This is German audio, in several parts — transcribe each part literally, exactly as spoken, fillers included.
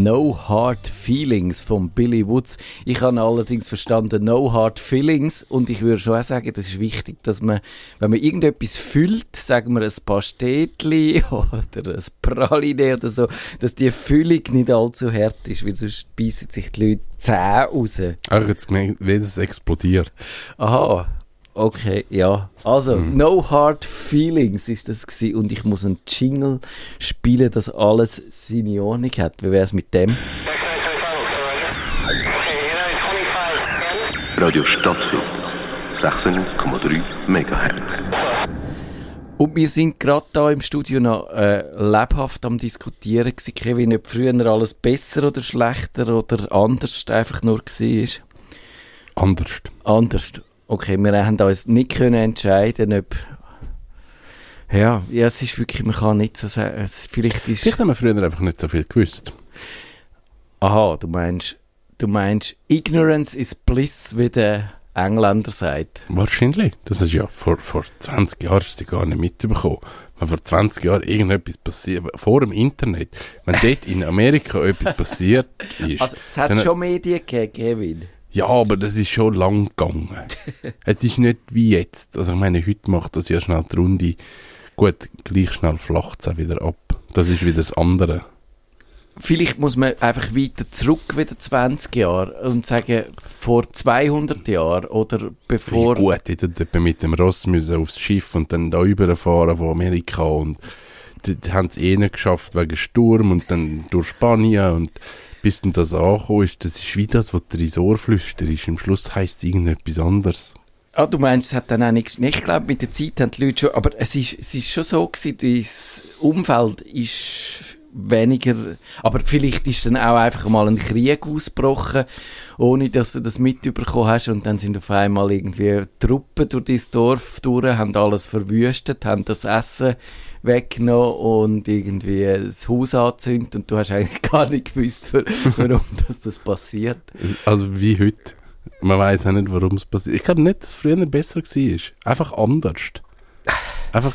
No Hard Feelings von Billy Woods. Ich habe allerdings verstanden No Hard Feelings und ich würde schon auch sagen, das ist wichtig, dass man, wenn man irgendetwas füllt, sagen wir ein Pastetli oder ein Praline oder so, dass die Füllung nicht allzu hart ist, weil sonst beißen sich die Leute Zähne raus. Ach, jetzt gemerkt, wie es explodiert. Aha. Okay, ja. Also, mm. No Hard Feelings ist das gewesen. Und ich muss einen Jingle spielen, dass alles seine Ordnung hat. Wie wäre es mit dem? Radio Stadtfilm, sechsundneunzig Komma drei Megahertz. Und wir sind gerade da im Studio noch äh, lebhaft am Diskutieren gewesen, Kevin, ob früher alles besser oder schlechter oder anders einfach nur war. Anders. Anders. Okay, wir haben uns nicht können entscheiden, ob... Ja, ja, es ist wirklich, man kann nicht so sagen, es, vielleicht ist... Vielleicht haben wir früher einfach nicht so viel gewusst. Aha, du meinst, du meinst, Ignorance is bliss, wie der Engländer sagt. Wahrscheinlich. Das ist ja vor, vor zwanzig Jahren hast du gar nicht mitbekommen. Wenn vor zwanzig Jahren irgendetwas passiert, vor dem Internet, wenn dort in Amerika etwas passiert ist... Also, es hat schon Medien gegeben, Kevin. Ja, aber das ist schon lang gegangen. Es ist nicht wie jetzt. Also ich meine, heute macht das ja schnell die Runde. Gut, gleich schnell flacht es auch wieder ab. Das ist wieder das andere. Vielleicht muss man einfach weiter zurück, wieder zwanzig Jahre, und sagen, vor zweihundert Jahren oder bevor... Ja, gut, ich hätte mit dem Ross müssen aufs Schiff und dann da rüberfahren von Amerika und die, die haben es eh nicht geschafft wegen Sturm und dann durch Spanien und... Bis dann das angekommen ist, das ist wie das, was der ins Ohr flüstert ist. Am Schluss heisst es irgendetwas anderes. Ah, du meinst, es hat dann auch nichts... Ich glaube, mit der Zeit haben die Leute schon... Aber es ist, es ist schon so gewesen, das Umfeld ist weniger... Aber vielleicht ist dann auch einfach mal ein Krieg ausgebrochen, ohne dass du das mitbekommen hast. Und dann sind auf einmal irgendwie Truppen durch dein Dorf durch, haben alles verwüstet, haben das Essen weggenommen und irgendwie das Haus angezündet und du hast eigentlich gar nicht gewusst, warum das, das passiert. Also wie heute. Man weiß auch nicht, warum es passiert. Ich glaube nicht, dass es früher besser war. Einfach anders. Einfach...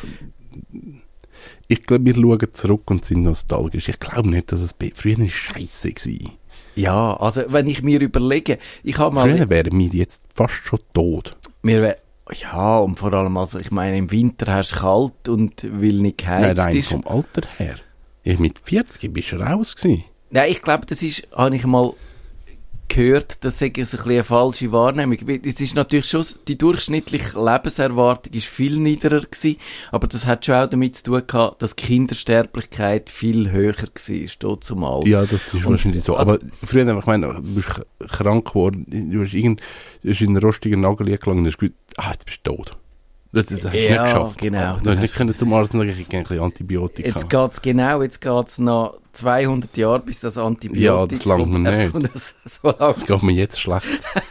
Ich glaube, wir schauen zurück und sind nostalgisch. Ich glaube nicht, dass es be- früher scheiße war. Ja, also wenn ich mir überlege... Ich habe mal früher wären wir jetzt fast schon tot. Wir wär- Ja, und vor allem, also ich meine, im Winter hast du kalt und weil nicht geheizt Nein, rein ist. vom Alter her. Ich mit vierzig bist du raus gewesen. Nein, ich glaube, das ist, habe ich mal gehört, das ist ein bisschen eine falsche Wahrnehmung. Es ist natürlich schon, die durchschnittliche Lebenserwartung ist viel niedriger gewesen, aber das hat schon auch damit zu tun gehabt, dass die Kindersterblichkeit viel höher war, dort zumal. Ja, das ist und, wahrscheinlich so. Aber also, früher, ich meine, du bist krank geworden, du hast, irgend, du hast in einen rostigen Nagel gelangt und hast gesagt, ah, jetzt bist du tot. Das, das hast du ja, nicht geschafft. Genau. Du hast nicht können zum Arzt sagen, ich gehe ein bisschen Antibiotika. Jetzt geht es genau, jetzt geht es noch zweihundert Jahre, bis das Antibiotika... Ja, das langt mir nicht. Das, so das geht mir jetzt schlecht.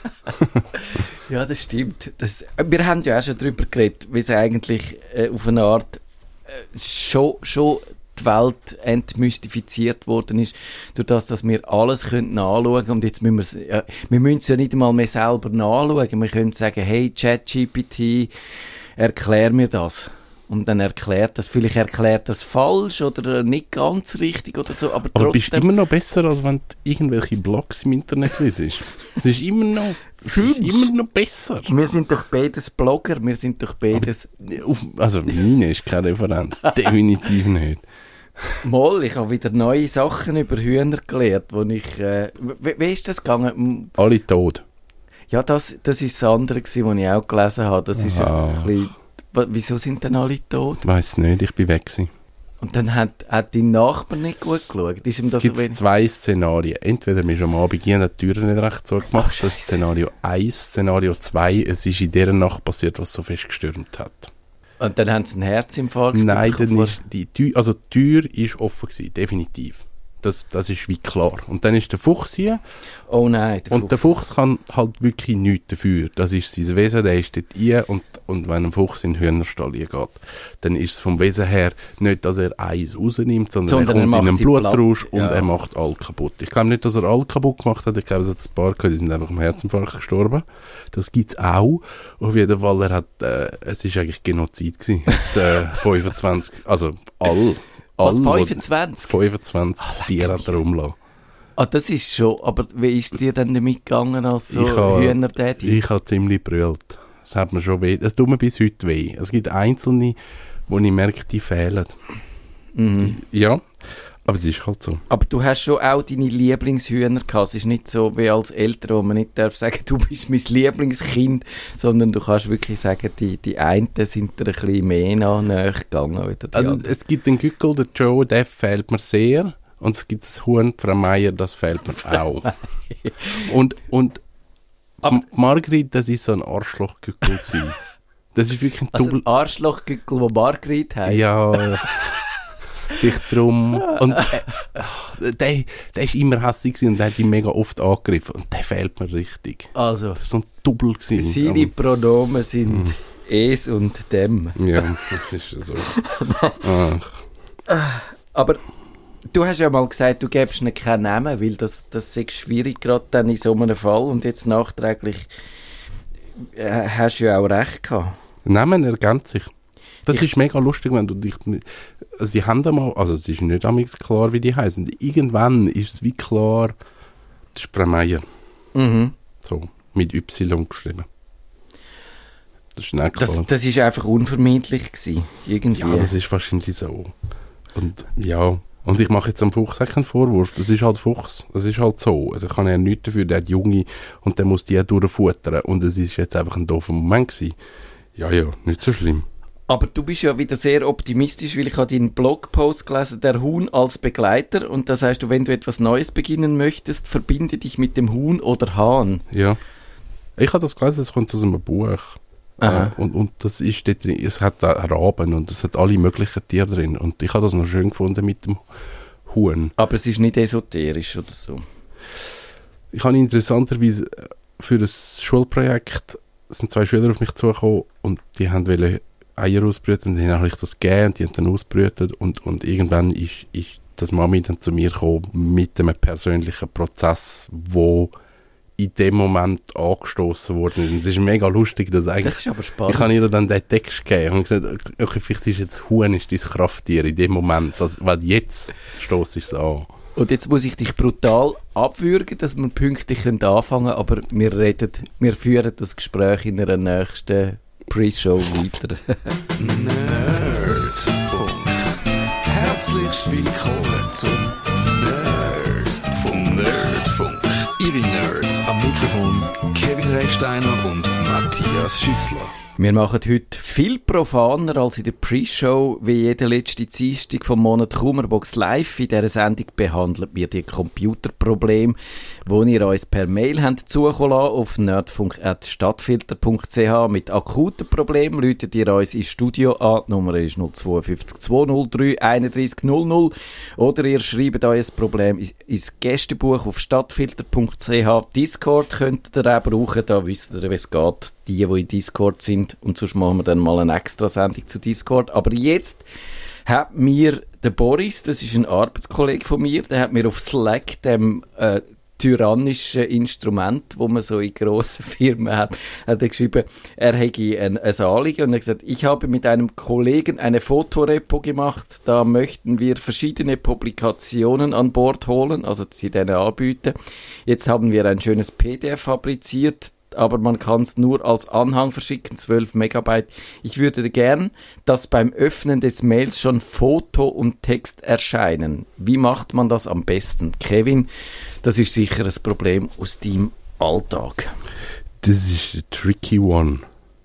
Ja, das stimmt. Das, wir haben ja auch schon darüber geredet, wie es eigentlich äh, auf eine Art äh, schon, schon die Welt entmystifiziert worden ist, durch das, dass wir alles können nachschauen können. Und jetzt müssen wir ja, wir müssen es ja nicht einmal mehr selber nachschauen. Wir können sagen, hey, ChatGPT, erklär mir das. Und dann erklärt das, vielleicht erklärt das falsch oder nicht ganz richtig oder so, aber, aber trotzdem... bist du immer noch besser, als wenn du irgendwelche Blogs im Internet liest? Es ist immer noch, es ist immer noch besser. Wir sind doch beides Blogger, wir sind doch beides... Auf, also meine ist keine Referenz, definitiv nicht. Mal, ich habe wieder neue Sachen über Hühner gelernt, wo ich... Äh, wie, wie ist das gegangen? Alle tot. Ja, das, das ist das andere gewesen, was ich auch gelesen habe. Das ist ah. ein bisschen... Wieso sind denn alle tot? Ich weiss nicht, ich bin weg gewesen. Und dann hat, hat dein Nachbar nicht gut geschaut? Ist ihm es das gibt so zwei Szenarien. Entweder wir am Abend gehen, die Türen nicht recht so gemacht. Ach, das ist Szenario eins. Szenario zwei, es ist in dieser Nacht passiert, was so fest gestürmt hat. Und dann haben sie einen Herzinfarkt? Nein, dann ist die Tür, also die Tür ist offen gewesen, definitiv. Das, das ist wie klar. Und dann ist der Fuchs hier. Oh nein, der Und Fuchs. der Fuchs kann halt wirklich nichts dafür. Das ist sein Wesen, der ist dort hier. Und, und wenn ein Fuchs in den Hühnerstall geht, dann ist es vom Wesen her nicht, dass er Eis rausnimmt, sondern, sondern er kommt er in einen Blutrausch und ja. er macht all kaputt. Ich glaube nicht, dass er all kaputt gemacht hat. Ich glaube, es hat ein paar gehört, die sind einfach am Herzinfarkt gestorben. Das gibt es auch. Auf jeden Fall, er hat, äh, es war eigentlich Genozid gewesen. Hat, äh, fünfundzwanzig, also all. Was, fünfundzwanzig? fünfundzwanzig Tiere hat er rumgelassen. Ah, das ist schon, aber wie ist dir denn damit gegangen als so Hühnerdaddy? Ich habe ziemlich brüllt. Das hat mir schon weh. Das tut mir bis heute weh. Es gibt Einzelne, wo ich merke, die fehlen. Mhm. Ja, aber es ist halt so. Aber du hast schon auch deine Lieblingshühner gehabt. Es ist nicht so wie als Eltern, wo man nicht darf sagen, du bist mein Lieblingskind, sondern du kannst wirklich sagen, die, die einen sind dir ein bisschen mehr nahe gegangen. Wieder die also anderen. Es gibt den Gückel, der Joe, der fehlt mir sehr. Und es gibt das Huhn, Frau Meier, das fehlt mir auch. und und aber Margrit, das war so ein Arschlochgückel. Das ist wirklich ein also Double... ein Arschlochgückel, der Margrit heisst? Ja, ich drum. Und äh, der, der ist immer hässlich und der hat ihn mega oft angegriffen. Und der fehlt mir richtig. Also, das war so ein Double. Seine aber Pronomen sind mm. es und dem. Ja, das ist so. Ach. Aber du hast ja mal gesagt, du gibst ihnen keinen Namen, weil das, das ist schwierig gerade dann in so einem Fall. Und jetzt nachträglich äh, hast du ja auch recht gehabt. Namen ergänzt sich. Das ich, ist mega lustig, wenn du dich... Sie haben einmal... Also es ist nicht einmal klar, wie die heißen. Irgendwann ist es wie klar, das ist Frau Meier. Mhm. So, mit Y geschrieben. Das ist nicht klar. Das, das ist einfach unvermeidlich gewesen, irgendwie. Ja, das ist wahrscheinlich so. Und ja... Und ich mache jetzt am Fuchs auch keinen Vorwurf. Das ist halt Fuchs. Das ist halt so. Da kann er nichts dafür. Der hat Junge und der muss die durchfuttern. Und es ist jetzt einfach ein doofer Moment gewesen. Ja, ja, nicht so schlimm. Aber du bist ja wieder sehr optimistisch, weil ich habe deinen Blogpost gelesen, der Huhn als Begleiter. Und das heißt, wenn du etwas Neues beginnen möchtest, verbinde dich mit dem Huhn oder Hahn. Ja. Ich habe das gelesen, das kommt aus einem Buch. Äh, und, und das ist dort drin, es hat Raben und es hat alle möglichen Tiere drin. Und ich habe das noch schön gefunden mit dem Huhn. Aber es ist nicht esoterisch oder so? Ich habe interessanterweise für ein Schulprojekt sind zwei Schüler auf mich zugekommen und die haben wollen Eier ausbrüten. Und dann habe ich das gegeben und die haben dann ausbrütet. Und, und irgendwann ist, ist das Mami dann zu mir gekommen mit einem persönlichen Prozess, wo in dem Moment angestoßen worden. Es ist mega lustig, dass eigentlich... Das ist aber spannend. Ich habe ihr dann den Text gegeben und gesagt, okay, vielleicht ist jetzt Huhn ist dein Krafttier in dem Moment, das, weil jetzt stoßt es an. Und jetzt muss ich dich brutal abwürgen, dass wir pünktlich anfangen können, aber wir reden, wir führen das Gespräch in einer nächsten Pre-Show weiter. Nerdfunk. Herzlich willkommen zum Nerdfunk. Nerdfunk. Ihre Nerds am Mikrofon Kevin Rechsteiner und Matthias Schüssler. Wir machen heute viel profaner als in der Pre-Show, wie jede letzte Dienstag vom Monat Kummerbox Live. In dieser Sendung behandeln wir die Computerprobleme, die ihr uns per Mail habt zukommen lassen auf nerdfunk at stadtfilter punkt c h. Mit akuten Problemen läutet ihr uns ins Studio an. Die Nummer ist null zwei fünf zwei null drei einunddreißig null null. Oder ihr schreibt euer Problem ins Gästebuch auf stadtfilter punkt c h. Discord könnt ihr auch brauchen, da wisst ihr, wie es geht. Die, die in Discord sind. Und sonst machen wir dann mal eine extra Sendung zu Discord. Aber jetzt hat mir der Boris, das ist ein Arbeitskollege von mir, der hat mir auf Slack, dem äh, tyrannischen Instrument, wo man so in grossen Firmen hat, hat er geschrieben, er hätte ein, ein Anliegen und er hat gesagt, ich habe mit einem Kollegen eine Fotorepo gemacht, da möchten wir verschiedene Publikationen an Bord holen, also sie denen anbieten. Jetzt haben wir ein schönes P D F fabriziert, aber man kann es nur als Anhang verschicken, zwölf Megabyte. Ich würde gern, dass beim Öffnen des Mails schon Foto und Text erscheinen. Wie macht man das am besten? Kevin, das ist sicher ein Problem aus deinem Alltag. Das ist ein tricky one.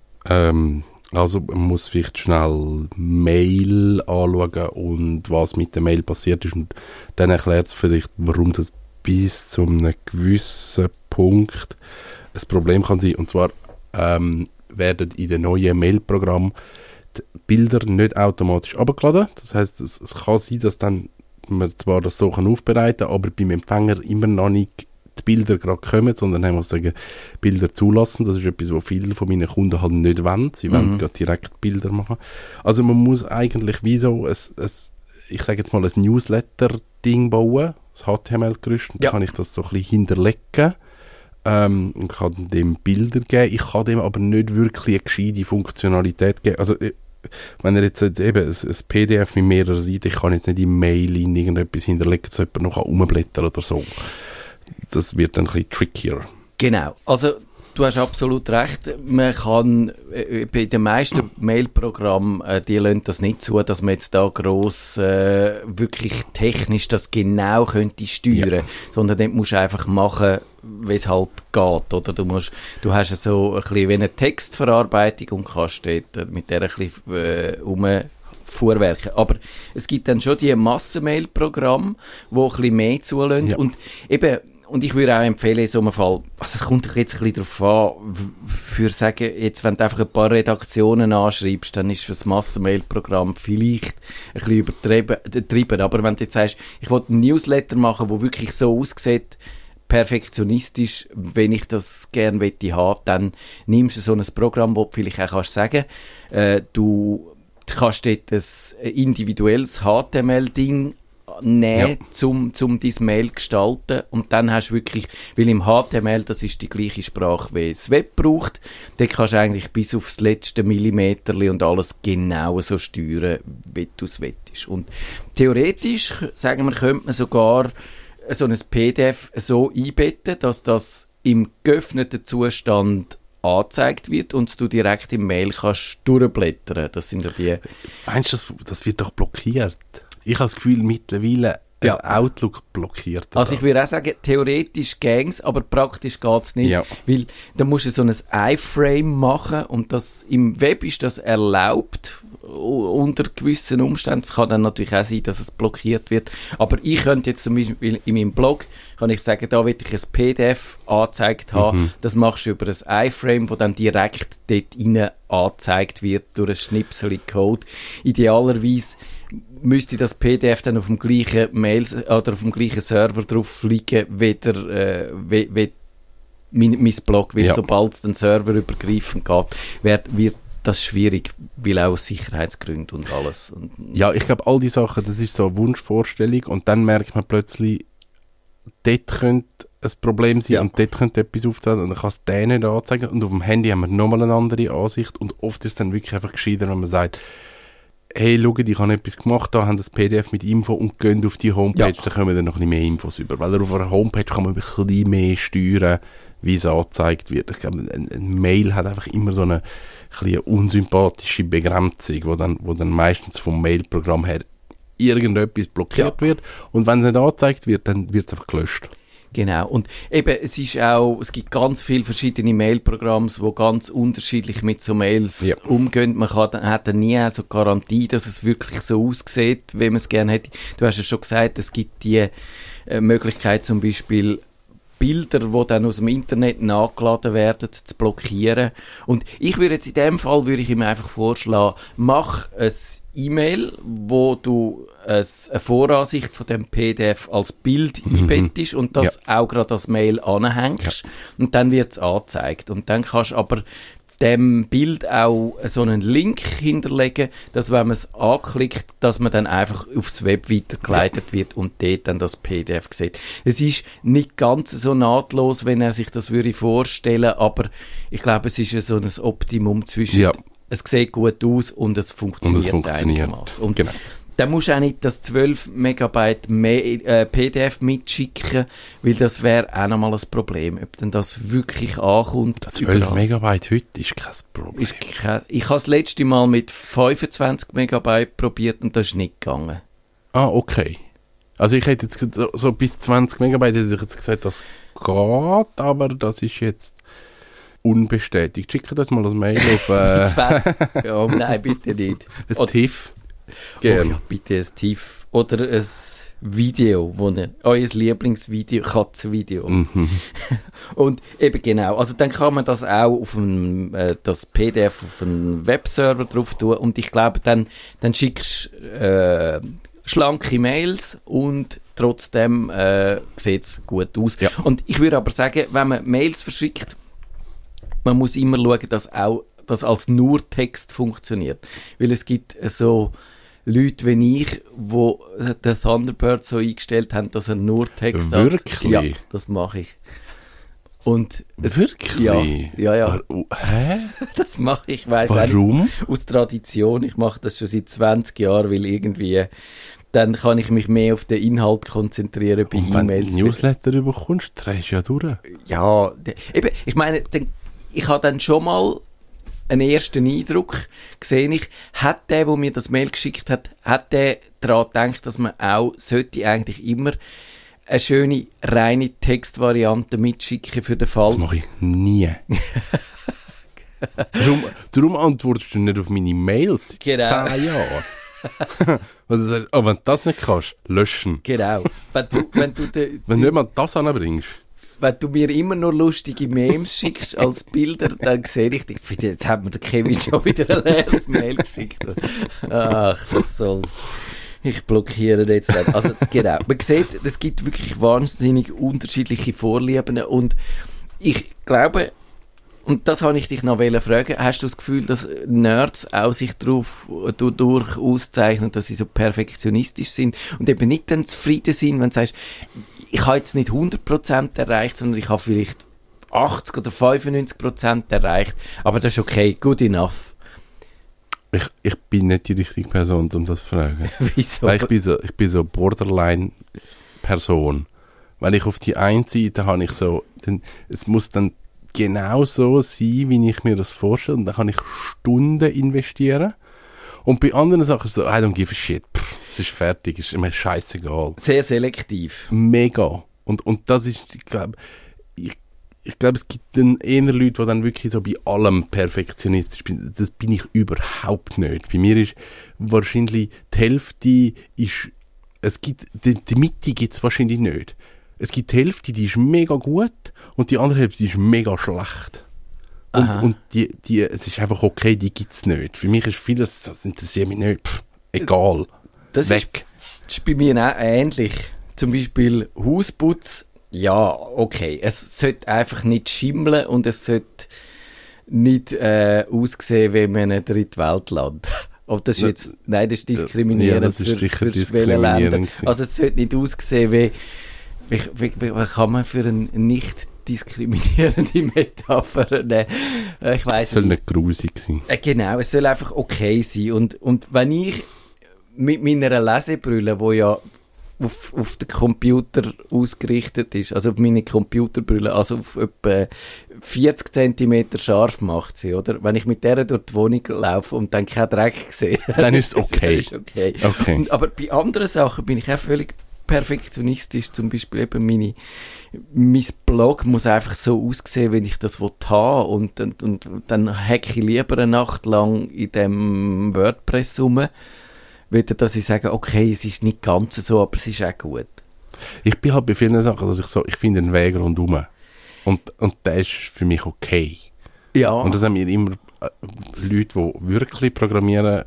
Ähm, also man muss vielleicht schnell Mail anschauen und was mit der Mail passiert ist und dann erklärt es vielleicht, warum das bis zu einem gewissen Punkt ein Problem kann sein. Und zwar ähm, werden in den neuen Mail-Programmen die Bilder nicht automatisch abgeladen. Das heisst, es, es kann sein, dass dann man zwar das so aufbereiten kann, aber beim Empfänger immer noch nicht die Bilder gerade kommen, sondern man muss sagen, Bilder zulassen. Das ist etwas, was viele von meinen Kunden halt nicht wollen. Sie mhm. wollen gerade direkt Bilder machen. Also man muss eigentlich wie so ein, ein, ich sage jetzt mal, ein Newsletter-Ding bauen, das H T M L-Gerüst, und ja. Dann kann ich das so ein bisschen hinterlegen. Ähm, ich kann dem Bilder geben, ich kann dem aber nicht wirklich eine gescheite Funktionalität geben. Also wenn er jetzt eben ein, ein P D F mit mehrerer Seiten, ich kann jetzt nicht im Mail in irgendetwas hinterlegen, dass jemand noch umblättern oder so. Das wird dann ein bisschen trickier. Genau, also du hast absolut recht. Man kann äh, bei den meisten Mailprogrammen, äh, die lassen das nicht zu, dass man jetzt da gross äh, wirklich technisch das genau könnte steuern, ja. Sondern dort musst du einfach machen, wie es halt geht. Oder du, musst, du hast so ein bisschen wie eine Textverarbeitung und kannst dort mit der ein bisschen äh, um vorwerken. Aber es gibt dann schon die Massenmail-Programme, die ein bisschen mehr zulassen. Ja. Und eben, und ich würde auch empfehlen, in so einem Fall, also es kommt jetzt ein bisschen darauf an, für sagen, jetzt, wenn du einfach ein paar Redaktionen anschreibst, dann ist für das Massenmail-Programm vielleicht ein bisschen übertrieben. Aber wenn du jetzt sagst, ich will einen Newsletter machen, der wirklich so aussieht, perfektionistisch, wenn ich das gerne möchte haben, dann nimmst du so ein Programm, wo du vielleicht auch kannst sagen, äh, du kannst dort ein individuelles H T M L-Ding nehmen, ja. zum, zum dein Mail gestalten, und dann hast du wirklich, weil im H T M L, das ist die gleiche Sprache, wie das Web braucht, dann kannst du eigentlich bis aufs letzte Millimeterli und alles genau so steuern, wie du es willst. Und theoretisch, sagen wir, könnte man sogar so ein P D F so einbetten, dass das im geöffneten Zustand angezeigt wird und du direkt im Mail kannst durchblättern. Das sind ja die... Meinst du, das, das wird doch blockiert? Ich habe das Gefühl, mittlerweile ja. Also Outlook blockiert das. Also ich würde auch sagen, theoretisch gäng's, aber praktisch geht es nicht. Ja. Weil da musst du so ein iFrame machen und das, im Web ist das erlaubt unter gewissen Umständen. Es kann dann natürlich auch sein, dass es blockiert wird. Aber ich könnte jetzt zum Beispiel in meinem Blog, kann ich sagen, da will ich ein P D F angezeigt haben. Mhm. Das machst du über ein iFrame, wo dann direkt dort rein angezeigt wird durch ein Schnipsel Code. Idealerweise müsste das P D F dann auf dem gleichen Mails oder auf dem gleichen Server drauf liegen, wie, der, äh, wie, wie mein, mein Blog, weil ja. sobald es den Server übergreifend geht, wird, wird das schwierig, weil auch aus Sicherheitsgründen und alles. Und ja, ich glaube, all die Sachen, das ist so eine Wunschvorstellung, und dann merkt man plötzlich, dort könnte ein Problem sein ja. und dort könnte etwas auftauchen und dann kann es den nicht anzeigen, und auf dem Handy haben wir nochmal eine andere Ansicht, und oft ist es dann wirklich einfach gescheiter, wenn man sagt, hey, schau, ich habe etwas gemacht, da haben das P D F mit Info und gehen auf die Homepage, ja. da kommen dann noch ein bisschen mehr Infos über. Weil auf einer Homepage kann man ein bisschen mehr steuern, wie es angezeigt wird. Ich glaube, ein, ein Mail hat einfach immer so eine, ein bisschen eine unsympathische Begrenzung, wo dann, wo dann meistens vom Mailprogramm her irgendetwas blockiert ja. wird, und wenn es nicht angezeigt wird, dann wird es einfach gelöscht. Genau. Und eben, es ist auch, es gibt ganz viele verschiedene Mailprogramme, die ganz unterschiedlich mit so Mails ja. umgehen. Man kann, hat dann nie so Garantie, dass es wirklich so aussieht, wie man es gerne hätte. Du hast ja schon gesagt, es gibt die äh, Möglichkeit, zum Beispiel Bilder, die dann aus dem Internet nachgeladen werden, zu blockieren. Und ich würde jetzt in dem Fall, würde ich ihm einfach vorschlagen, mach ein E-Mail, wo du eine Voransicht von dem P D F als Bild mhm. einbettest und das ja. auch gerade als Mail anhängst. Ja. Und dann wird es angezeigt. Und dann kannst du aber dem Bild auch so einen Link hinterlegen, dass, wenn man es anklickt, dass man dann einfach aufs Web weitergeleitet ja. wird und dort dann das P D F sieht. Es ist nicht ganz so nahtlos, wenn er sich das würde vorstellen, aber ich glaube, es ist so ein Optimum zwischen ja. es sieht gut aus und es funktioniert. Und es funktioniert. Und genau. Dann musst du auch nicht das zwölf Megabyte Mail, äh, P D F mitschicken, weil das wäre auch nochmal ein Problem, ob denn das wirklich ankommt. zwölf Megabyte heute ist kein Problem. Ist kein, ich habe das letzte Mal mit fünfundzwanzig Megabyte probiert und das ist nicht gegangen. Ah, okay. Also ich hätte jetzt so bis zwanzig Megabyte hätte ich jetzt gesagt, das geht, aber das ist jetzt unbestätigt. Schicke das mal als Mail auf... Äh zwanzig? Ja, nein, bitte nicht. Ein T I F. Gerne. Oh ja, bitte ein T I F. Oder ein Video, wo ne, euer Lieblingsvideo, Katzenvideo. Mhm. Und eben genau, also dann kann man das auch auf einem, äh, das P D F auf einen Webserver drauf tun, und ich glaube, dann, dann schickst du äh, schlanke Mails und trotzdem äh, sieht es gut aus. Ja. Und ich würde aber sagen, wenn man Mails verschickt, man muss immer schauen, dass auch das als nur Text funktioniert. Weil es gibt so Leute wie ich, die den Thunderbird so eingestellt haben, dass er nur Text hat. Wirklich? Ja, das mache ich. Und es, Wirklich? Ja, ja, ja. Hä? Das mache ich, ich weiss Warum? Nicht, aus Tradition. Ich mache das schon seit zwanzig Jahren, weil irgendwie dann kann ich mich mehr auf den Inhalt konzentrieren bei Und wenn E-Mails. du Newsletter bekommst, drehst du ja durch. Ja, de, eben, ich meine, den, ich habe dann schon mal einen ersten Eindruck gesehen. Ich, hat der, der mir das Mail geschickt hat, hat der daran gedacht, dass man auch sollte eigentlich immer eine schöne, reine Textvariante mitschicken für den Fall. Das mache ich nie. darum, darum antwortest du nicht auf meine Mails. Genau. Zehn Jahre. Weil du sagst, oh, wenn du das nicht kannst, löschen. Genau. Wenn du, wenn du, de, wenn du jemand das anbringst. Wenn du mir immer nur lustige Memes schickst als Bilder, dann sehe ich dich. Jetzt hat mir der Kevin schon wieder ein leeres Mail geschickt. Ach, was soll's. Ich blockiere jetzt dann. Also, genau. Man sieht, es gibt wirklich wahnsinnig unterschiedliche Vorlieben und ich glaube, und das habe ich dich noch fragen, hast du das Gefühl, dass Nerds auch sich darauf dadurch auszeichnen, dass sie so perfektionistisch sind und eben nicht dann zufrieden sind, wenn du sagst, ich habe jetzt nicht hundert Prozent erreicht, sondern ich habe vielleicht achtzig oder fünfundneunzig Prozent erreicht, aber das ist okay, good enough. Ich, ich bin nicht die richtige Person, um das zu fragen. Wieso? Weil ich bin so, ich bin so Borderline-Person. Weil ich auf die einen Seite habe ich so, dann, es muss dann genau so sein, wie ich mir das vorstelle, und dann kann ich Stunden investieren. Und bei anderen Sachen so, I don't give a shit. Pff, es ist fertig, es ist mir scheißegal. Sehr selektiv. Mega. Und, und das ist, ich glaube, ich, ich glaube, es gibt dann eher Leute, die dann wirklich so bei allem perfektionistisch sind. Das bin ich überhaupt nicht. Bei mir ist wahrscheinlich die Hälfte, ist, es gibt, die, die Mitte gibt es wahrscheinlich nicht. Es gibt die Hälfte, die ist mega gut und die andere Hälfte, die ist mega schlecht. Und, und die, die, es ist einfach okay, die gibt es nicht. Für mich ist vieles, das interessiert mich nicht. Pff, egal. Das Weg. Ist, das ist bei mir auch ähnlich. Zum Beispiel Hausputz. Ja, okay. Es sollte einfach nicht schimmeln und es sollte nicht äh, aussehen wie in einem Drittweltland. Ob das ist jetzt, nein, das ist diskriminierend. Ja, das ist für, sicher für diskriminierend. Also es sollte nicht aussehen wie, wie, wie, wie, wie kann man für eine nicht diskriminierende Metapher nehmen? Ich weiss es soll nicht. nicht grusig sein. Äh, genau, es soll einfach okay sein. Und, und wenn ich mit meiner Lesebrille, die ja auf, auf den Computer ausgerichtet ist, also auf meine Computerbrille, also auf etwa vierzig Zentimeter scharf macht sie, oder? Wenn ich mit der durch die Wohnung laufe und dann keinen Dreck sehe, dann ist es okay. ist okay. okay. Und, aber bei anderen Sachen bin ich auch völlig perfektionistisch. Zum Beispiel eben meine, mein Blog muss einfach so aussehen, wenn ich das haben will. Und, und, und dann hacke ich lieber eine Nacht lang in dem WordPress rum, wieder, dass ich sage, okay, es ist nicht ganz so, aber es ist auch gut. Ich bin halt bei vielen Sachen, dass ich so, ich finde einen Weg rundherum. Und, und der ist für mich okay. Ja. Und das haben mir immer äh, Leute, die wirklich programmieren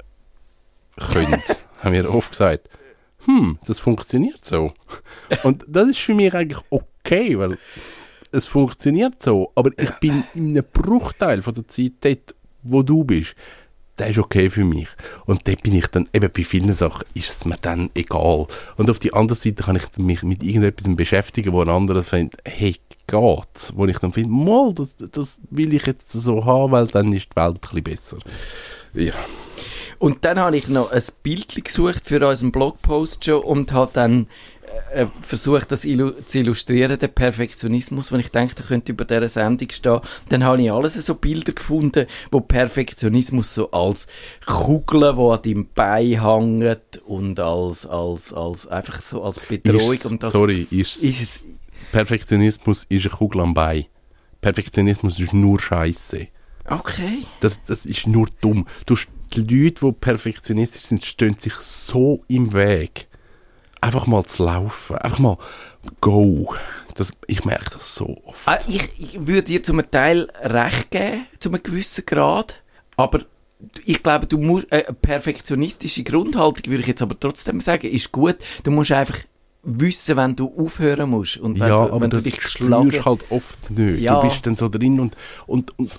können, haben mir oft gesagt, hm, das funktioniert so. Und das ist für mich eigentlich okay, weil es funktioniert so, aber ich bin in einem Bruchteil von der Zeit dort, wo du bist. Das ist okay für mich. Und dort bin ich dann, eben bei vielen Sachen ist es mir dann egal. Und auf die andere Seite kann ich mich mit irgendetwas beschäftigen, wo ein anderer findet, hey, geht's? Wo ich dann finde, mal, das, das will ich jetzt so haben, weil dann ist die Welt ein bisschen besser. Ja. Und dann habe ich noch ein Bild gesucht für unseren Blogpost schon und habe dann äh, versucht, das illu- zu illustrieren, den Perfektionismus, wenn ich denke, der könnte über dieser Sendung stehen. Dann habe ich alles so Bilder gefunden, wo Perfektionismus so als Kugeln, die an deinem Bein hängen und als, als, als einfach so als Bedrohung. Ist, und das, sorry, ist, ist es... Perfektionismus ist eine Kugel am Bein. Perfektionismus ist nur Scheiße. Okay. Das, das ist nur dumm. Du, die Leute, die perfektionistisch sind, stehen sich so im Weg. Einfach mal zu laufen. Einfach mal go. Das, ich merke das so oft. Ah, ich, ich würde dir zum Teil recht geben, zu einem gewissen Grad. Aber ich glaube, du musst, äh, eine perfektionistische Grundhaltung, würde ich jetzt aber trotzdem sagen, ist gut. Du musst einfach wissen, wenn du aufhören musst. Und wenn ja, du, aber wenn das du dich spürst geschlagen... halt oft nicht. Ja. Du bist dann so drin und, und, und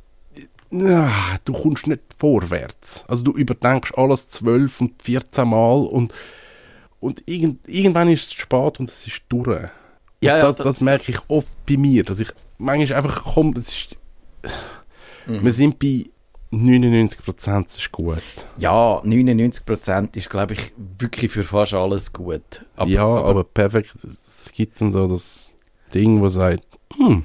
ja, du kommst nicht vorwärts. Also du überdenkst alles zwölf und vierzehn Mal und, und irgend, irgendwann ist es spät und es ist durch. Ja, ja, das, das, das merke ich oft bei mir, dass ich manchmal einfach komme, es ist, mhm. wir sind bei neunundneunzig Prozent, das ist gut. Ja, neunundneunzig Prozent ist, glaube ich, wirklich für fast alles gut. Aber, ja, aber, aber perfekt, es gibt dann so das Ding, das sagt, hm.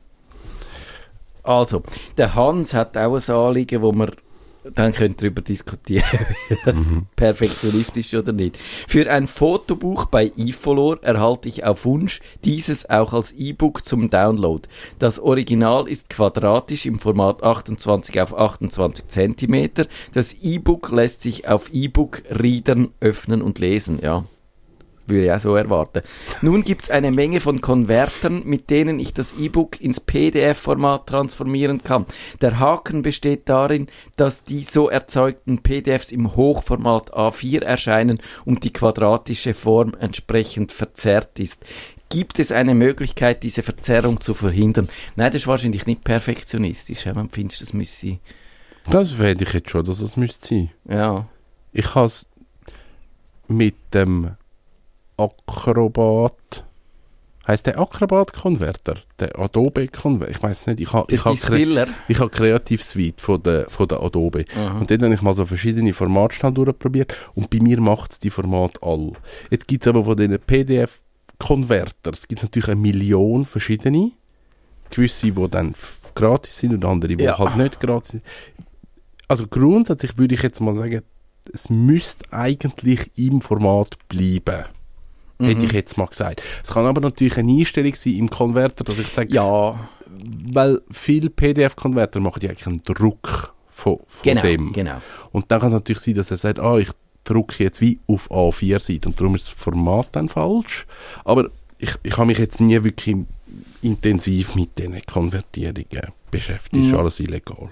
Also, der Hans hat auch ein Anliegen, wo man dann könnt ihr darüber diskutieren, ob das mhm. perfektionistisch ist oder nicht. Für ein Fotobuch bei iFolor erhalte ich auf Wunsch dieses auch als E-Book zum Download. Das Original ist quadratisch im Format achtundzwanzig auf achtundzwanzig Zentimeter. Das E-Book lässt sich auf E-Book-Readern öffnen und lesen, ja. Würde ich auch so erwarten. Nun gibt es eine Menge von Konvertern, mit denen ich das E-Book ins P D F-Format transformieren kann. Der Haken besteht darin, dass die so erzeugten P D Fs im Hochformat A vier erscheinen und die quadratische Form entsprechend verzerrt ist. Gibt es eine Möglichkeit, diese Verzerrung zu verhindern? Nein, das ist wahrscheinlich nicht perfektionistisch. Man findet, das müsse... Das fände ich jetzt schon, dass es müsste sein. Ja. Ich habe es mit dem Acrobat, heisst der Acrobat-Konverter? Der Adobe-Konverter? Ich weiß nicht. Ich habe ich Kre- ha Creative Suite von der, von der Adobe. Aha. Und dann habe ich mal so verschiedene Formate schnell durchprobiert und bei mir macht es die Formate alle. Jetzt gibt es aber von diesen P D F-Konvertern, es gibt natürlich eine Million verschiedene. Gewisse, die dann gratis sind und andere, die ja. halt nicht gratis sind. Also grundsätzlich würde ich jetzt mal sagen, es müsste eigentlich im Format bleiben. Mhm. Hätte ich jetzt mal gesagt. Es kann aber natürlich eine Einstellung sein im Konverter, dass ich sage, ja, weil viele P D F-Konverter machen ja eigentlich einen Druck von, von genau, dem. Genau. Und dann kann es natürlich sein, dass er sagt, ah, ich drucke jetzt wie auf A vier Seite und darum ist das Format dann falsch. Aber ich, ich habe mich jetzt nie wirklich intensiv mit diesen Konvertierungen beschäftigt. Mhm. Ist alles illegal.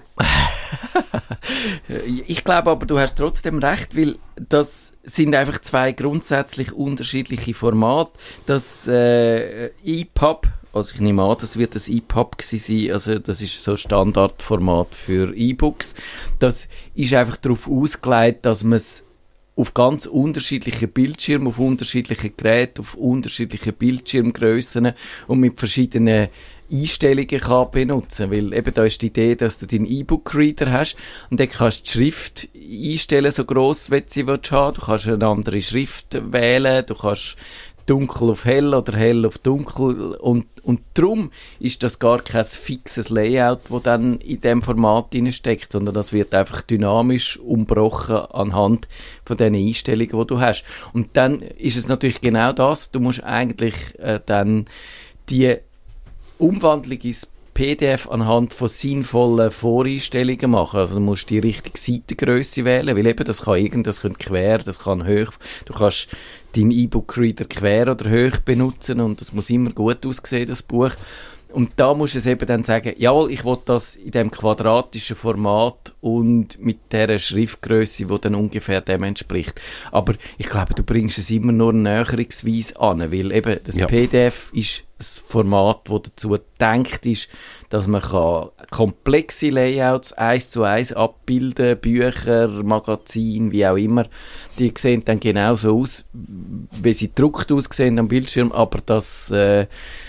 Ich glaube aber, du hast trotzdem recht, weil das sind einfach zwei grundsätzlich unterschiedliche Formate. Das äh, E P U B, also ich nehme an, das wird das E P U B sein, also das ist so Standardformat für E-Books. Das ist einfach darauf ausgelegt, dass man es auf ganz unterschiedlichen Bildschirmen, auf unterschiedlichen Geräten, auf unterschiedlichen Bildschirmgrössen und mit verschiedenen Einstellungen kann benutzen, weil eben da ist die Idee, dass du deinen E-Book-Reader hast und dann kannst du die Schrift einstellen, so gross wie du sie willst haben. Du kannst eine andere Schrift wählen, du kannst dunkel auf hell oder hell auf dunkel und, und darum ist das gar kein fixes Layout, das dann in diesem Format steckt, sondern das wird einfach dynamisch umbrochen anhand von den Einstellungen, die du hast. Und dann ist es natürlich genau das, du musst eigentlich äh, dann die Umwandlung ins P D F anhand von sinnvollen Voreinstellungen machen. Also du musst die richtige Seitengrösse wählen, weil eben das kann irgend, das kann quer, das kann hoch. Du kannst deinen E-Book-Reader quer oder hoch benutzen und das muss immer gut aussehen, das Buch. Und da musst du es eben dann sagen, jawohl, ich will das in dem quadratischen Format und mit der Schriftgröße, die dann ungefähr dem entspricht. Aber ich glaube, du bringst es immer nur näherungsweise an, weil eben das ja. P D F ist ein Format, das dazu gedacht ist, dass man kann komplexe Layouts eins zu eins abbilden, Bücher, Magazine, wie auch immer. Die sehen dann genauso aus, wie sie gedruckt aussehen am Bildschirm, aber das äh,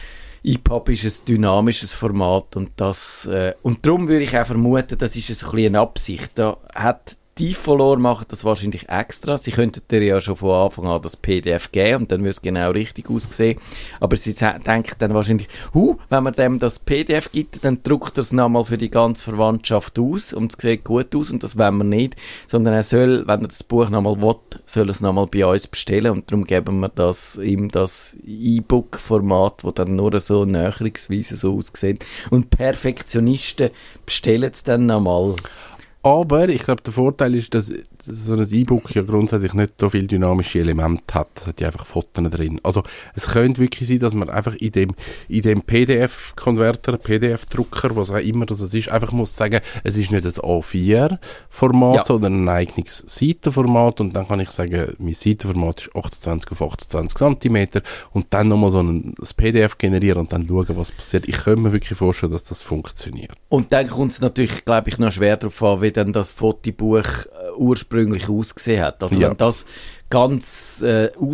E P U B ist ein dynamisches Format und das äh, und darum würde ich auch vermuten, das ist ein bisschen eine Absicht. Da hat die iFolor machen das wahrscheinlich extra. Sie könnten dir ja schon von Anfang an das P D F geben und dann würde es genau richtig aussehen. Aber sie denken dann wahrscheinlich, huh, wenn man dem das P D F gibt, dann druckt er es nochmal für die ganze Verwandtschaft aus und es sieht gut aus und das wollen wir nicht. Sondern er soll, wenn er das Buch nochmal will, soll er es nochmal bei uns bestellen und darum geben wir das, ihm das E-Book-Format, das dann nur so näherungsweise so aussieht. Und Perfektionisten bestellen es dann nochmal. Aber ich glaube, der Vorteil ist, dass so ein E-Book ja grundsätzlich nicht so viele dynamische Elemente hat. Es hat ja einfach Fotos drin. Also es könnte wirklich sein, dass man einfach in dem, in dem P D F-Konverter, P D F-Drucker, was auch immer das ist, einfach muss sagen, es ist nicht ein A vier Format, ja. sondern ein eigenes Seitenformat. Und dann kann ich sagen, mein Seitenformat ist achtundzwanzig auf achtundzwanzig Zentimeter und dann nochmal so ein das P D F generieren und dann schauen, was passiert. Ich könnte mir wirklich vorstellen, dass das funktioniert. Und dann kommt es natürlich, glaube ich, noch schwer darauf an, wie dann das Fotobuch äh, ursprünglich ausgesehen hat. Also ja. wenn das ganz äh,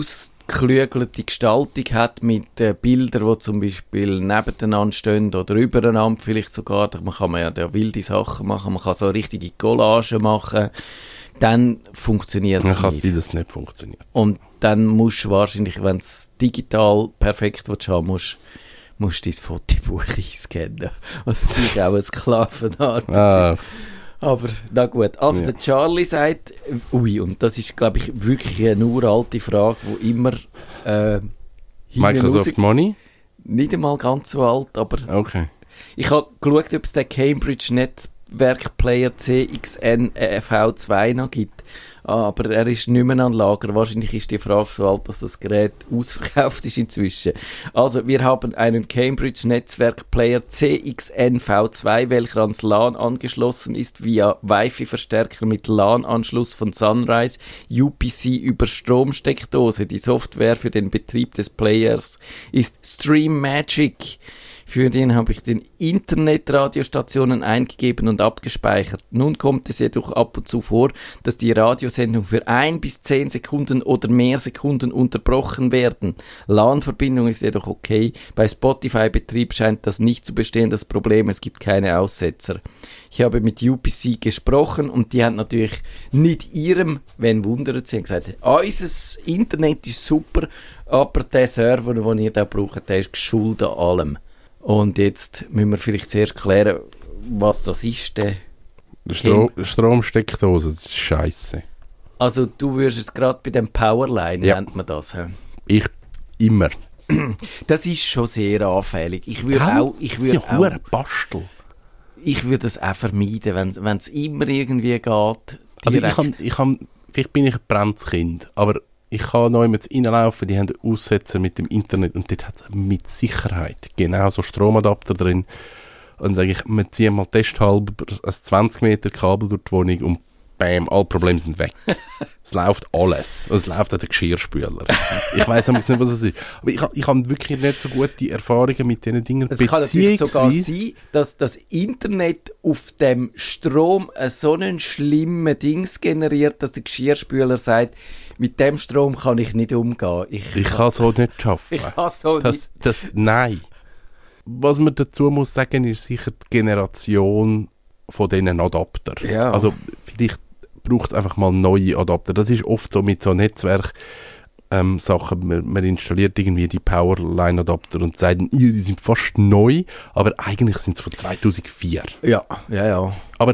ausgeklügelte Gestaltung hat mit äh, Bildern, die zum Beispiel nebeneinander stehen oder übereinander vielleicht sogar. Man kann man ja da wilde Sachen machen, man kann so richtige Collagen machen. Dann funktioniert es nicht. Dann kann sein, dass es nicht funktioniert. Und dann musst du wahrscheinlich, wenn es digital perfekt willst, haben musst musst du dein Fotobuch einscannen. Was natürlich auch eine Sklavenart. Ah. Aber na gut. Also ja. Der Charlie sagt, ui, und das ist, glaube ich, wirklich eine uralte Frage, die immer äh, Microsoft raus- Money? Nicht einmal ganz so alt, aber okay. Ich habe geschaut, ob es den Cambridge Netzwerkplayer C X N V zwei noch gibt. Aber er ist nicht mehr an Lager. Wahrscheinlich ist die Frage so alt, dass das Gerät ausverkauft ist inzwischen. Also, wir haben einen Cambridge Netzwerkplayer C X N V zwei, welcher ans LAN angeschlossen ist via Wi-Fi-Verstärker mit LAN-Anschluss von Sunrise U P C über Stromsteckdose. Die Software für den Betrieb des Players ist Stream Magic. Für den habe ich den Internetradiostationen eingegeben und abgespeichert. Nun kommt es jedoch ab und zu vor, dass die Radiosendung für ein bis zehn Sekunden oder mehr Sekunden unterbrochen werden. LAN-Verbindung ist jedoch okay. Bei Spotify-Betrieb scheint das nicht zu bestehen, das Problem, es gibt keine Aussetzer. Ich habe mit U P C gesprochen und die haben natürlich nicht ihrem, wenn wundert, sie haben gesagt, ah, unser Internet ist super, aber der Server, den ihr da braucht, der ist geschuldet an allem. Und jetzt müssen wir vielleicht zuerst klären, was das ist. Der Stro- Stromsteckdose, das ist scheisse. Also du würdest es gerade bei dem Powerline, ja. Nennt man das. He? Ich immer. Das ist schon sehr anfällig. Ich würde auch... Ich würde auch, auch Bastel. Ich würde es auch vermeiden, wenn es immer irgendwie geht. Also ich kann, ich kann, vielleicht bin ich ein brennendes Kind, aber ich kann neu mit reinlaufen, die haben Aussetzer mit dem Internet und dort hat es mit Sicherheit genauso Stromadapter drin. Und dann sage ich, wir ziehen mal testhalber ein zwanzig Meter Kabel durch die Wohnung und bam, alle Probleme sind weg. Es läuft alles. Es läuft auch der Geschirrspüler. Ich weiss nicht, was es ist. Aber ich, ich habe wirklich nicht so gute Erfahrungen mit diesen Dingen. Es kann natürlich sogar sein, dass das Internet auf dem Strom so einen schlimmen Dings generiert, dass der Geschirrspüler sagt, mit dem Strom kann ich nicht umgehen. Ich, ich kann so nicht schaffen. Ich kann so das, nicht. Das, nein. Was man dazu muss sagen, ist sicher die Generation von diesen Adaptern. Ja. Also vielleicht braucht es einfach mal neue Adapter. Das ist oft so mit so Netzwerk ähm, Sachen. Man, man installiert irgendwie die Powerline-Adapter und sagt, die sind fast neu, aber eigentlich sind sie von zweitausendvier. Ja, ja, ja. Aber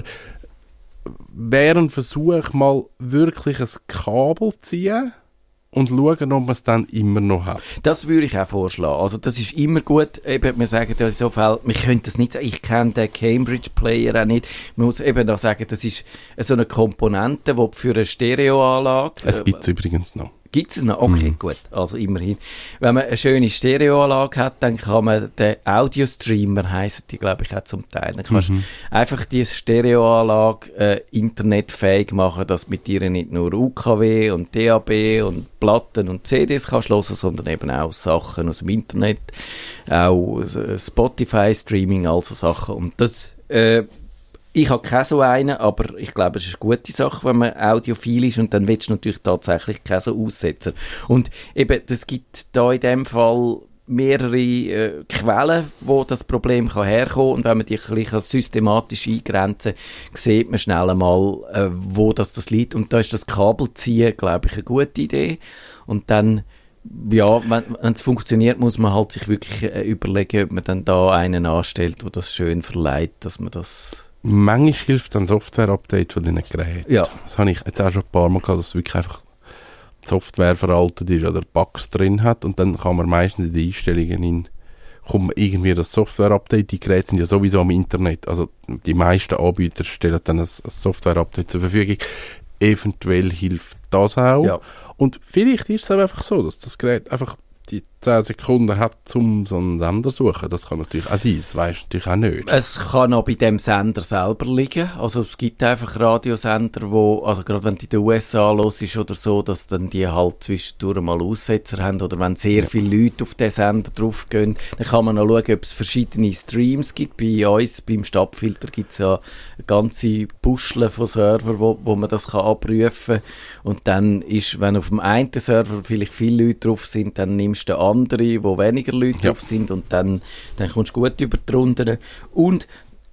wäre ein Versuch, mal wirklich ein Kabel zu ziehen und schauen, ob man es dann immer noch hat. Das würde ich auch vorschlagen. Also das ist immer gut. Eben, wir sagen ja so viel, wir können das nicht sagen, ich kenne den Cambridge Player auch nicht. Man muss eben da sagen, das ist so eine Komponente, die für eine Stereoanlage... Es gibt es äh, übrigens noch. Gibt es noch? Okay, mhm. Gut. Also immerhin. Wenn man eine schöne Stereoanlage hat, dann kann man den Audio-Streamer, heissen die, glaube ich, auch zum Teil. Dann kannst du mhm. einfach diese Stereoanlage äh, internetfähig machen, dass mit dir nicht nur U K W und D A B und Platten und C Ds kannst hören, sondern eben auch Sachen aus dem Internet, auch äh, Spotify-Streaming, also Sachen. Und das... Äh, Ich habe keine so einen, aber ich glaube, es ist eine gute Sache, wenn man audiophil ist und dann willst du natürlich tatsächlich keine so Aussetzer. Und eben, es gibt da in dem Fall mehrere äh, Quellen, wo das Problem kann herkommen und wenn man die ein bisschen systematisch eingrenzen kann, sieht man schnell einmal, äh, wo das, das liegt. Und da ist das Kabelziehen, glaube ich, eine gute Idee. Und dann, ja, wenn es funktioniert, muss man halt sich wirklich äh, überlegen, ob man dann da einen anstellt, der das schön verleiht, dass man das... Manchmal hilft ein Software-Update von diesen Geräten. Ja. Das habe ich jetzt auch schon ein paar Mal gehabt, dass wirklich einfach die Software veraltet ist oder Bugs drin hat und dann kann man meistens in die Einstellungen in, kommt irgendwie das Software-Update, die Geräte sind ja sowieso am Internet, also die meisten Anbieter stellen dann ein, ein Software-Update zur Verfügung. Eventuell hilft das auch. Ja. Und vielleicht ist es auch einfach so, dass das Gerät einfach die zehn Sekunden hat, um so einen Sender zu suchen. Das kann natürlich auch sein, das weisst du natürlich auch nicht. Es kann auch bei dem Sender selber liegen. Also es gibt einfach Radiosender, wo, also gerade wenn du in den U S A los ist oder so, dass dann die halt zwischendurch mal Aussetzer haben oder wenn sehr viele Leute auf den Sender draufgehen, dann kann man noch schauen, ob es verschiedene Streams gibt. Bei uns, beim Stadtfilter, gibt es ja eine ganze Puschle von Servern, wo, wo man das kann abrufen kann. Und dann ist, wenn auf dem einen Server vielleicht viele Leute drauf sind, dann nimmst du den anderen, wo weniger Leute ja. drauf sind und dann, dann kommst du gut über die Runden. Und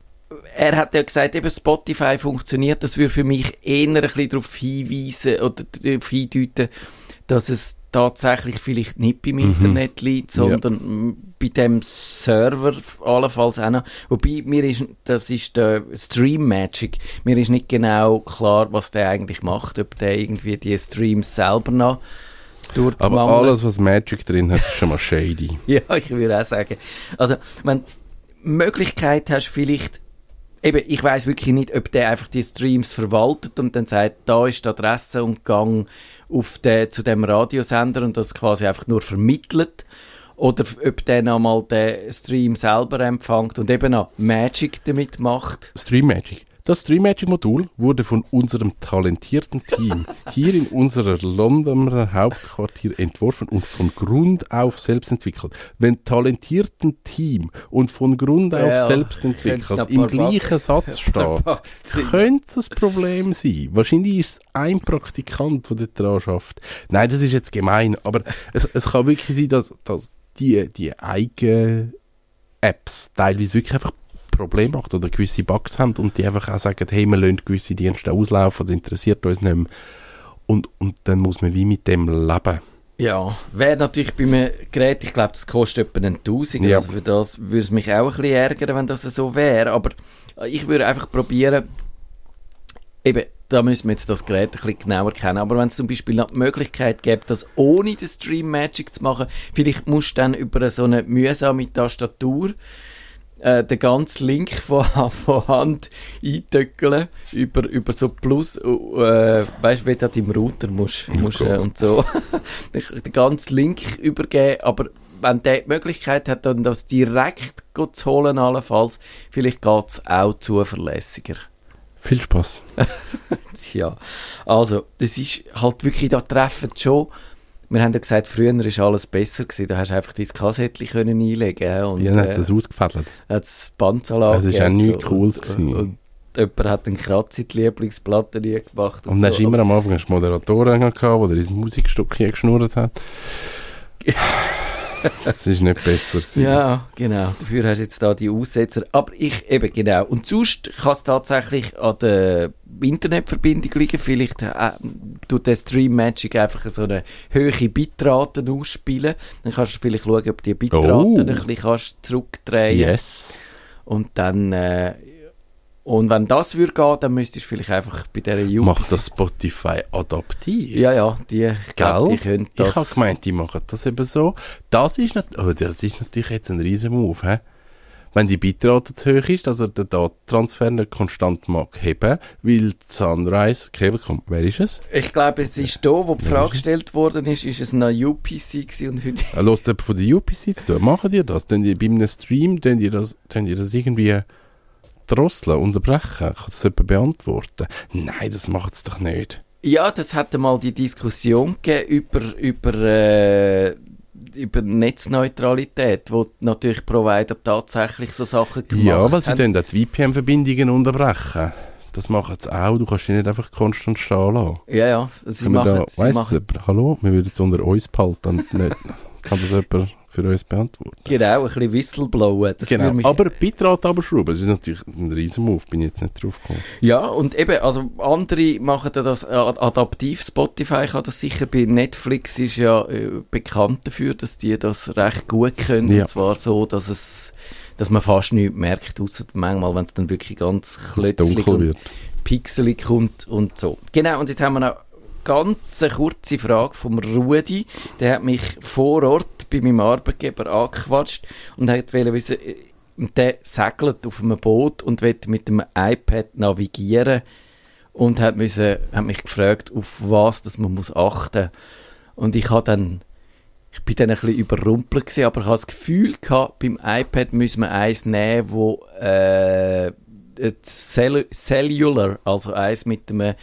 er hat ja gesagt, eben Spotify funktioniert, das würde für mich eher ein bisschen darauf hinweisen oder darauf hindeuten, dass es tatsächlich vielleicht nicht beim mhm. Internet liegt, sondern ja. bei dem Server allenfalls auch noch. Wobei, mir ist, das ist der Stream Magic, mir ist nicht genau klar, was der eigentlich macht, ob der irgendwie die Streams selber noch aber Mangel. Alles, was Magic drin hat, ist schon mal shady. Ja, ich würde auch sagen. Also, wenn du die Möglichkeit hast, vielleicht, eben, ich weiss wirklich nicht, ob der einfach die Streams verwaltet und dann sagt, da ist die Adresse und Gang auf den, zu dem Radiosender und das quasi einfach nur vermittelt. Oder ob der nochmal den Stream selber empfängt und eben auch Magic damit macht. Stream Magic. Das Stream Magic Modul wurde von unserem talentierten Team hier in unserer Londoner Hauptquartier entworfen und von Grund auf selbst entwickelt. Wenn talentierten Team und von Grund auf ja, selbst entwickelt im gleichen Satz steht, könnte es ein Problem sein. Wahrscheinlich ist es ein Praktikant, der dort dran schafft. Nein, das ist jetzt gemein, aber es, es kann wirklich sein, dass, dass die, die eigenen Apps teilweise wirklich einfach Probleme macht oder gewisse Bugs haben und die einfach auch sagen, hey, wir lassen gewisse Dienste auslaufen, das interessiert uns nicht mehr. Und, und dann muss man wie mit dem leben. Ja, wäre natürlich bei einem Gerät, ich glaube, das kostet etwa einen Tausend, ja. Also für das würde es mich auch ein bisschen ärgern, wenn das so wäre, aber ich würde einfach probieren, eben, da müssen wir jetzt das Gerät ein bisschen genauer kennen, aber wenn es zum Beispiel noch die Möglichkeit gibt, das ohne den Stream Magic zu machen, vielleicht musst du dann über so eine mühsame Tastatur Äh, den ganzen Link von, von Hand eintöckeln über, über so Plus, äh, weißt du, wie du das im Router musst, musst äh, und so, den ganzen Link übergeben, aber wenn der die Möglichkeit hat, dann das direkt zu holen, allenfalls, vielleicht geht es auch zuverlässiger. Viel Spaß. Ja, also, das ist halt wirklich, da treffen schon. Wir haben ja gesagt, früher war alles besser gewesen. Da hast du einfach dein Kassettchen können einlegen und ja, dann hat es äh, ausgefädelt. Hat es Bandzanlage. Es war auch nichts so, Cooles. Und, gewesen. Und jemand hat einen Kratz in die Lieblingsplatte gemacht. Und, und dann so. Hast du immer am Anfang Moderatoren gehabt, der dein Musikstück hier geschnurrt hat. Das war nicht besser gewesen. Ja, genau. Dafür hast du jetzt da die Aussetzer. Aber ich, eben genau. Und sonst kann es tatsächlich an der Internetverbindung liegen. Vielleicht äh, tut der Stream Magic einfach so eine hohe Bitrate ausspielen. Dann kannst du vielleicht schauen, ob die Bitrate oh. ein bisschen kannst zurückdrehen. Yes. Und dann... Äh, und wenn das würde gehen, dann müsstest du vielleicht einfach bei dieser U P C... Macht das Spotify adaptiv? Ja, ja, die, ich glaub, die können das... Ich habe gemeint, die machen das eben so. Das ist, nicht, oh, das ist natürlich jetzt ein riesen Move, he? Wenn die Bitrate zu hoch ist, dass er den Datentransfer nicht konstant mag heben, weil die Sunrise-Kabel kommt. Wer ist es? Ich glaube, es ist da, wo die Frage gestellt worden ist, ist es noch U P C gewesen und heute... Ah, hört jemand von der U P C zu tun? Machen die das? Tun die bei einem Stream, tun die das, tun die das irgendwie... drosseln, unterbrechen? Kann das jemand beantworten? Nein, das macht es doch nicht. Ja, das hat mal die Diskussion gegeben über, über, äh, über Netzneutralität, wo natürlich Provider tatsächlich so Sachen gemacht haben. Ja, weil sie dann die V P N-Verbindungen unterbrechen. Das machen sie auch. Du kannst sie nicht einfach konstant stehen lassen. Ja, ja. Sie machen, da, sie weiss machen jemand, hallo, wir würden es unter uns behalten. Nicht, kann das jemand für uns beantworten? Genau, ein bisschen Whistleblowen. Das genau, mich aber Bitrate abschrauben, das ist natürlich ein riesen Move, bin ich jetzt nicht drauf gekommen. Ja, und eben, also andere machen das adaptiv, Spotify kann das sicher, bei Netflix ist ja äh, bekannt dafür, dass die das recht gut können, ja. Und zwar so, dass es, dass man fast nichts merkt, außer manchmal, wenn es dann wirklich ganz klötzlich und pixelig kommt und so. Genau, und jetzt haben wir noch ganz eine kurze Frage vom Rudi. Der hat mich vor Ort bei meinem Arbeitgeber angequatscht und hat wissen, der segelt auf einem Boot und will mit dem iPad navigieren und hat, müssen, hat mich gefragt, auf was dass man muss achten muss. Und ich habe dann ich bin dann ein bisschen überrumpelt gewesen, aber ich hatte das Gefühl gehabt, beim iPad müssen wir eins nehmen, wo äh, Cell- Cellular, also eins mit einem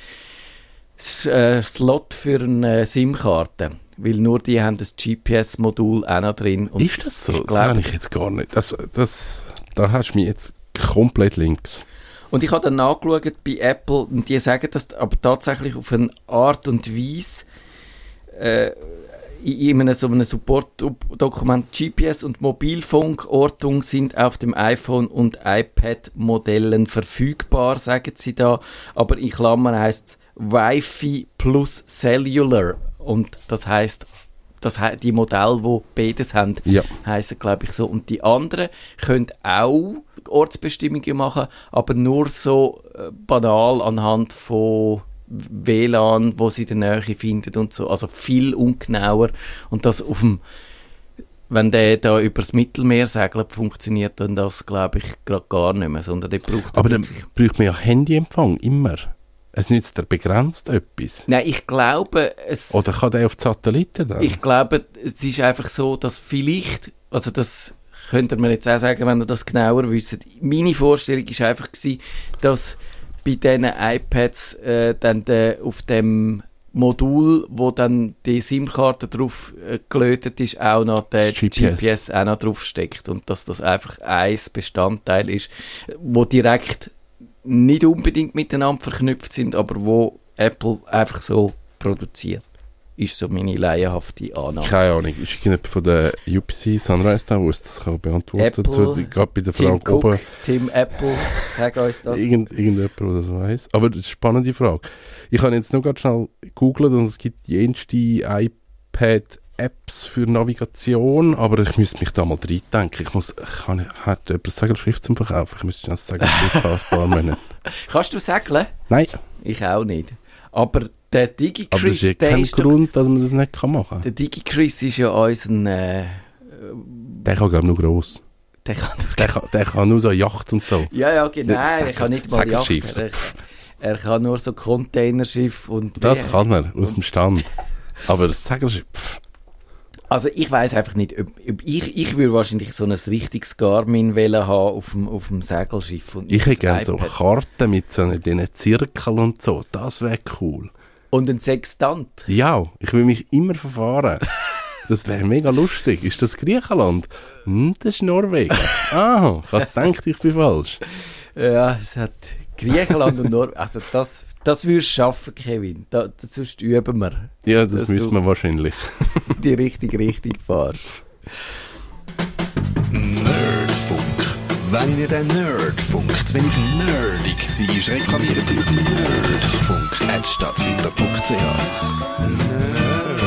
äh, Slot für eine SIM-Karte. Weil nur die haben das G P S-Modul auch noch drin. Und ist das so? Ich glaub, das habe ich jetzt gar nicht. Das, das, da hast du mich jetzt komplett links. Und ich habe dann nachgeschaut bei Apple und die sagen das aber tatsächlich auf eine Art und Weise äh, in einem, so einem Support-Dokument. G P S und Mobilfunkortung sind auf dem iPhone und iPad-Modellen verfügbar, sagen sie da. Aber in Klammern heisst es Wi-Fi plus Cellular. Und das heisst, das he- die Modelle, die beides haben, ja. heissen, glaube ich, so. Und die anderen können auch Ortsbestimmungen machen, aber nur so äh, banal anhand von W L A N, wo sie in der Nähe finden und so. Also viel ungenauer. Und das auf dem, wenn der da übers Mittelmeer segelt, funktioniert dann das, glaube ich, gerade gar nicht mehr. Sondern der braucht aber dann braucht man ja Handyempfang, immer. Es nützt der begrenzt etwas. Nein, ich glaube, es... Oder kann der auf die Satelliten dann? Ich glaube, es ist einfach so, dass vielleicht, also das könnt ihr mir jetzt auch sagen, wenn ihr das genauer wisst. Meine Vorstellung war einfach gewesen, dass bei diesen iPads äh, dann de, auf dem Modul, wo dann die SIM-Karte drauf äh, gelötet ist, auch noch der G P S. G P S auch noch drauf steckt und dass das einfach ein Bestandteil ist, wo direkt nicht unbedingt miteinander verknüpft sind, aber wo Apple einfach so produziert. Ist so meine laienhafte Annahme. Keine Ahnung. Ist irgendjemand von der U P C Sunrise Towers, das kann beantworten. Apple, so, gerade bei der Frage Tim Cook, oben. Tim Apple, sag uns das. Irgend, irgendjemand, der das weiss. Aber das ist eine spannende Frage. Ich habe jetzt noch ganz schnell gegoogelt und es gibt jenste iPad-Apps für Navigation, aber ich müsste mich da mal reindenken. Ich muss, ich kann, hat jemand Segelschrift zum Verkaufen? Ich müsste das Segelschrift haben, ein paar Monate. Kannst du segeln? Nein. Ich auch nicht. Aber der DigiChris, aber das ist ja kein Grund, dass man das nicht machen kann. Der DigiChris ist ja unser... Äh, der kann, glaube ich, nur gross. Der kann nur, der kann, der kann nur so Yacht und so. Ja, ja, genau. Er kann nicht mal Yacht. So. Er, er kann nur so Containerschiff und... Das kann er, aus dem Stand. Aber das Segelschiff... Pff. Also ich weiss einfach nicht, ob, ob ich, ich würde wahrscheinlich so ein richtiges Garmin haben auf dem, auf dem Segelschiff. Und ich hätte gerne so Karten mit so diesen Zirkeln und so, das wäre cool. Und ein Sextant? Ja, ich will mich immer verfahren. Das wäre mega lustig. Ist das Griechenland? Hm, das ist Norwegen. Ah, ich habe gedacht, ich bin falsch. Ja, es hat Griechenland und Norwegen. Also das, das würdest du schaffen, Kevin. Da, das, sonst üben wir. Ja, das müssen wir wahrscheinlich. Die richtige Richtung fahrst. Nerdfunk. Wenn ihr den Nerdfunk zu wenig nerdig seid, reklamiert sie auf nerdfunk at stadtfinder punkt c h. Nerd.